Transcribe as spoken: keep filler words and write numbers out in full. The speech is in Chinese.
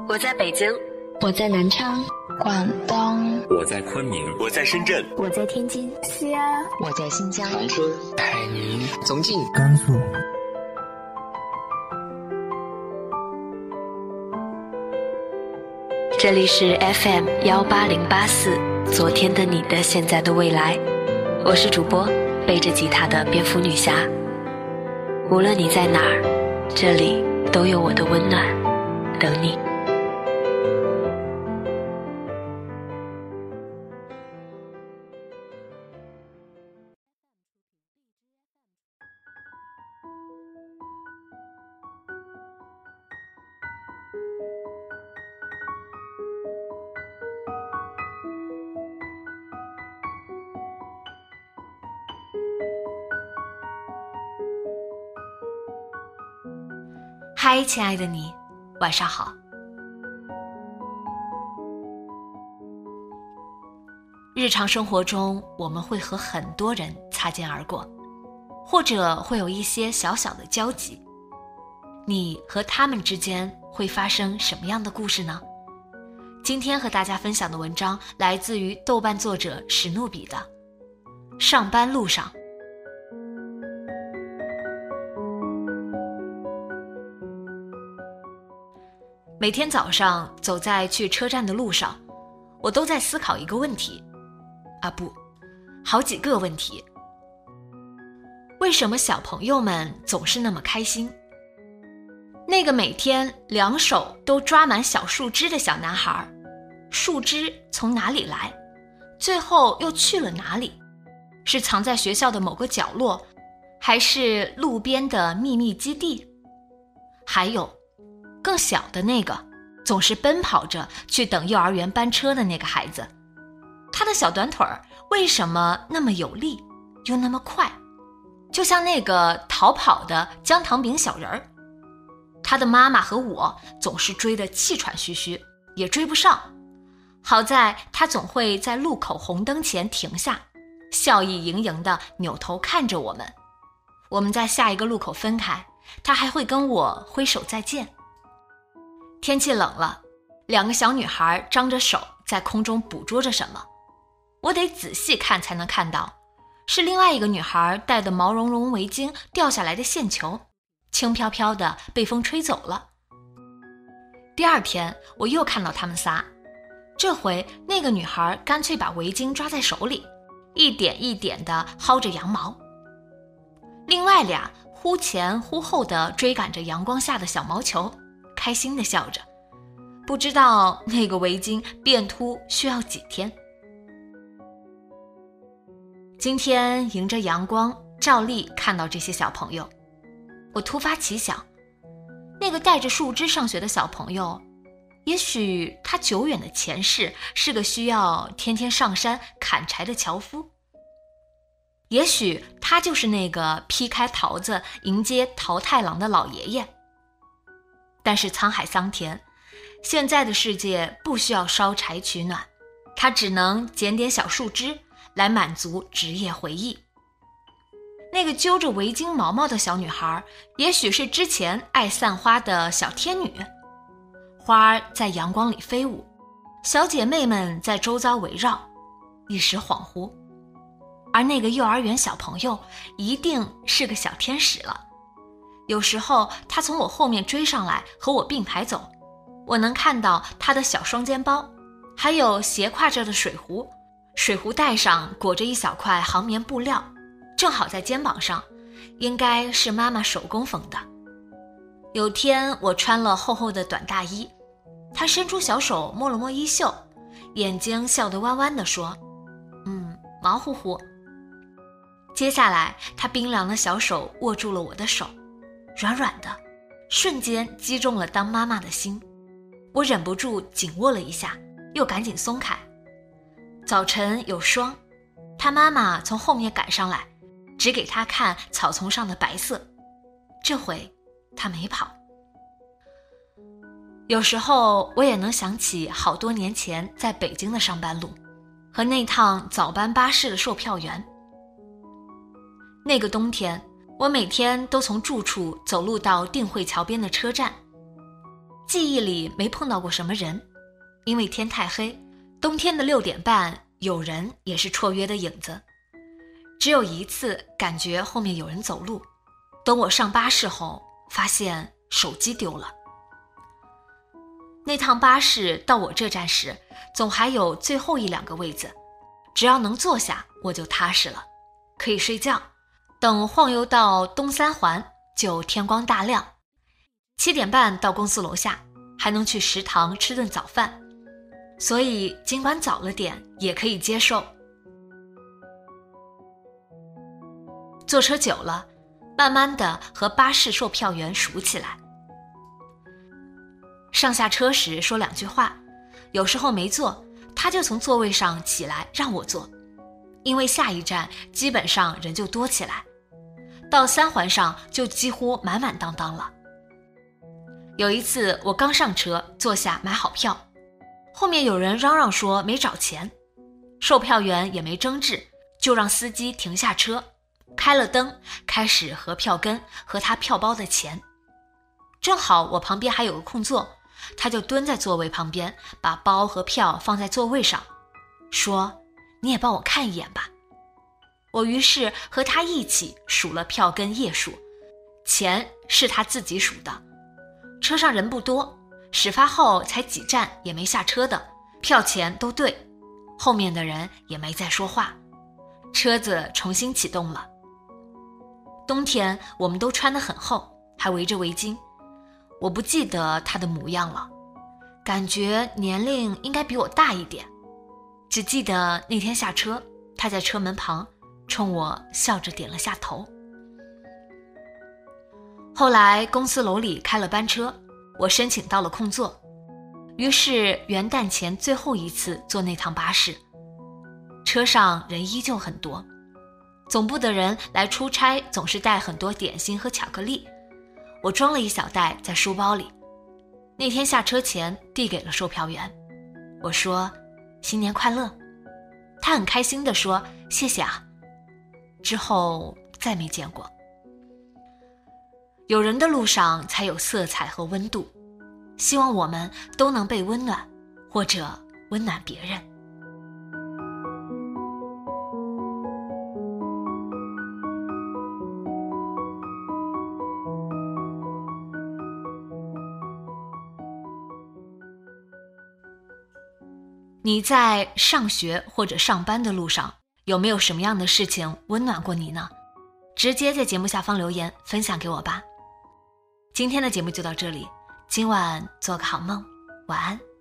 我在北京， 我在南昌， 广东， 我在昆明， 我在深圳， 我在天津， 西安， 我在新疆， 长春， 海宁， 重庆， 甘肃。 这里是 F M 一八零八四，昨天的你的现在的未来，我是主播背着吉他的蝙蝠女侠。无论你在哪儿，这里都有我的温暖等你。嗨，亲爱的你，晚上好。日常生活中，我们会和很多人擦肩而过，或者会有一些小小的交集。你和他们之间会发生什么样的故事呢？今天和大家分享的文章来自于豆瓣作者史努比的《上班路上》。每天早上走在去车站的路上，我都在思考一个问题，啊不，好几个问题。为什么小朋友们总是那么开心？那个每天两手都抓满小树枝的小男孩，树枝从哪里来？最后又去了哪里？是藏在学校的某个角落，还是路边的秘密基地？还有更小的那个，总是奔跑着去等幼儿园班车的那个孩子，他的小短腿儿为什么那么有力又那么快？就像那个逃跑的姜糖饼小人儿，他的妈妈和我总是追得气喘吁吁，也追不上。好在他总会在路口红灯前停下，笑意盈盈地扭头看着我们。我们在下一个路口分开，他还会跟我挥手再见。天气冷了，两个小女孩张着手在空中捕捉着什么，我得仔细看才能看到，是另外一个女孩戴的毛茸茸围巾掉下来的线球，轻飘飘的被风吹走了。第二天我又看到他们仨，这回那个女孩干脆把围巾抓在手里，一点一点地薅着羊毛，另外俩忽前忽后地追赶着阳光下的小毛球，开心地笑着，不知道那个围巾变秃需要几天。今天迎着阳光照例看到这些小朋友，我突发奇想，那个带着树枝上学的小朋友，也许他久远的前世是个需要天天上山砍柴的樵夫，也许他就是那个劈开桃子迎接桃太郎的老爷爷。但是沧海桑田，现在的世界不需要烧柴取暖，它只能捡点小树枝来满足职业回忆。那个揪着围巾毛毛的小女孩，也许是之前爱散花的小天女，花在阳光里飞舞，小姐妹们在周遭围绕，一时恍惚。而那个幼儿园小朋友一定是个小天使了，有时候他从我后面追上来和我并排走，我能看到他的小双肩包，还有斜挎着的水壶，水壶带上裹着一小块航棉布料，正好在肩膀上，应该是妈妈手工缝的。有天我穿了厚厚的短大衣，他伸出小手摸了摸衣袖，眼睛笑得弯弯地说，嗯，毛乎乎。接下来他冰凉的小手握住了我的手，软软的，瞬间击中了当妈妈的心。我忍不住紧握了一下，又赶紧松开。早晨有霜，他妈妈从后面赶上来，只给他看草丛上的白色。这回他没跑。有时候我也能想起好多年前在北京的上班路，和那趟早班巴士的售票员。那个冬天，我每天都从住处走路到定慧桥边的车站， 记忆里没碰到过什么人，因为天太黑，冬天的六点半有人也是绰约的影子。只有一次感觉后面有人走路，等我上巴士后发现手机丢了。那趟巴士到我这站时总还有最后一两个位子，只要能坐下我就踏实了，可以睡觉。等晃悠到东三环就天光大亮，七点半到公司楼下，还能去食堂吃顿早饭，所以尽管早了点也可以接受。坐车久了，慢慢的和巴士售票员熟起来，上下车时说两句话，有时候没坐，他就从座位上起来让我坐，因为下一站基本上人就多起来，到三环上就几乎满满当当了。有一次我刚上车坐下买好票，后面有人嚷嚷说没找钱，售票员也没争执，就让司机停下车，开了灯，开始核票根和他票包的钱。正好我旁边还有个空座，他就蹲在座位旁边，把包和票放在座位上，说你也帮我看一眼吧。我于是和他一起数了票根页数，钱是他自己数的。车上人不多，始发后才几站也没下车的，票钱都对，后面的人也没再说话，车子重新启动了。冬天我们都穿得很厚，还围着围巾，我不记得他的模样了，感觉年龄应该比我大一点，只记得那天下车，他在车门旁冲我笑着点了下头。后来公司楼里开了班车，我申请到了空座，于是元旦前最后一次坐那趟巴士。车上人依旧很多，总部的人来出差总是带很多点心和巧克力，我装了一小袋在书包里，那天下车前递给了售票员，我说新年快乐，他很开心地说谢谢啊，之后再没见过。有人的路上才有色彩和温度，希望我们都能被温暖，或者温暖别人。你在上学或者上班的路上，有没有什么样的事情温暖过你呢？直接在节目下方留言分享给我吧。今天的节目就到这里，今晚做个好梦，晚安。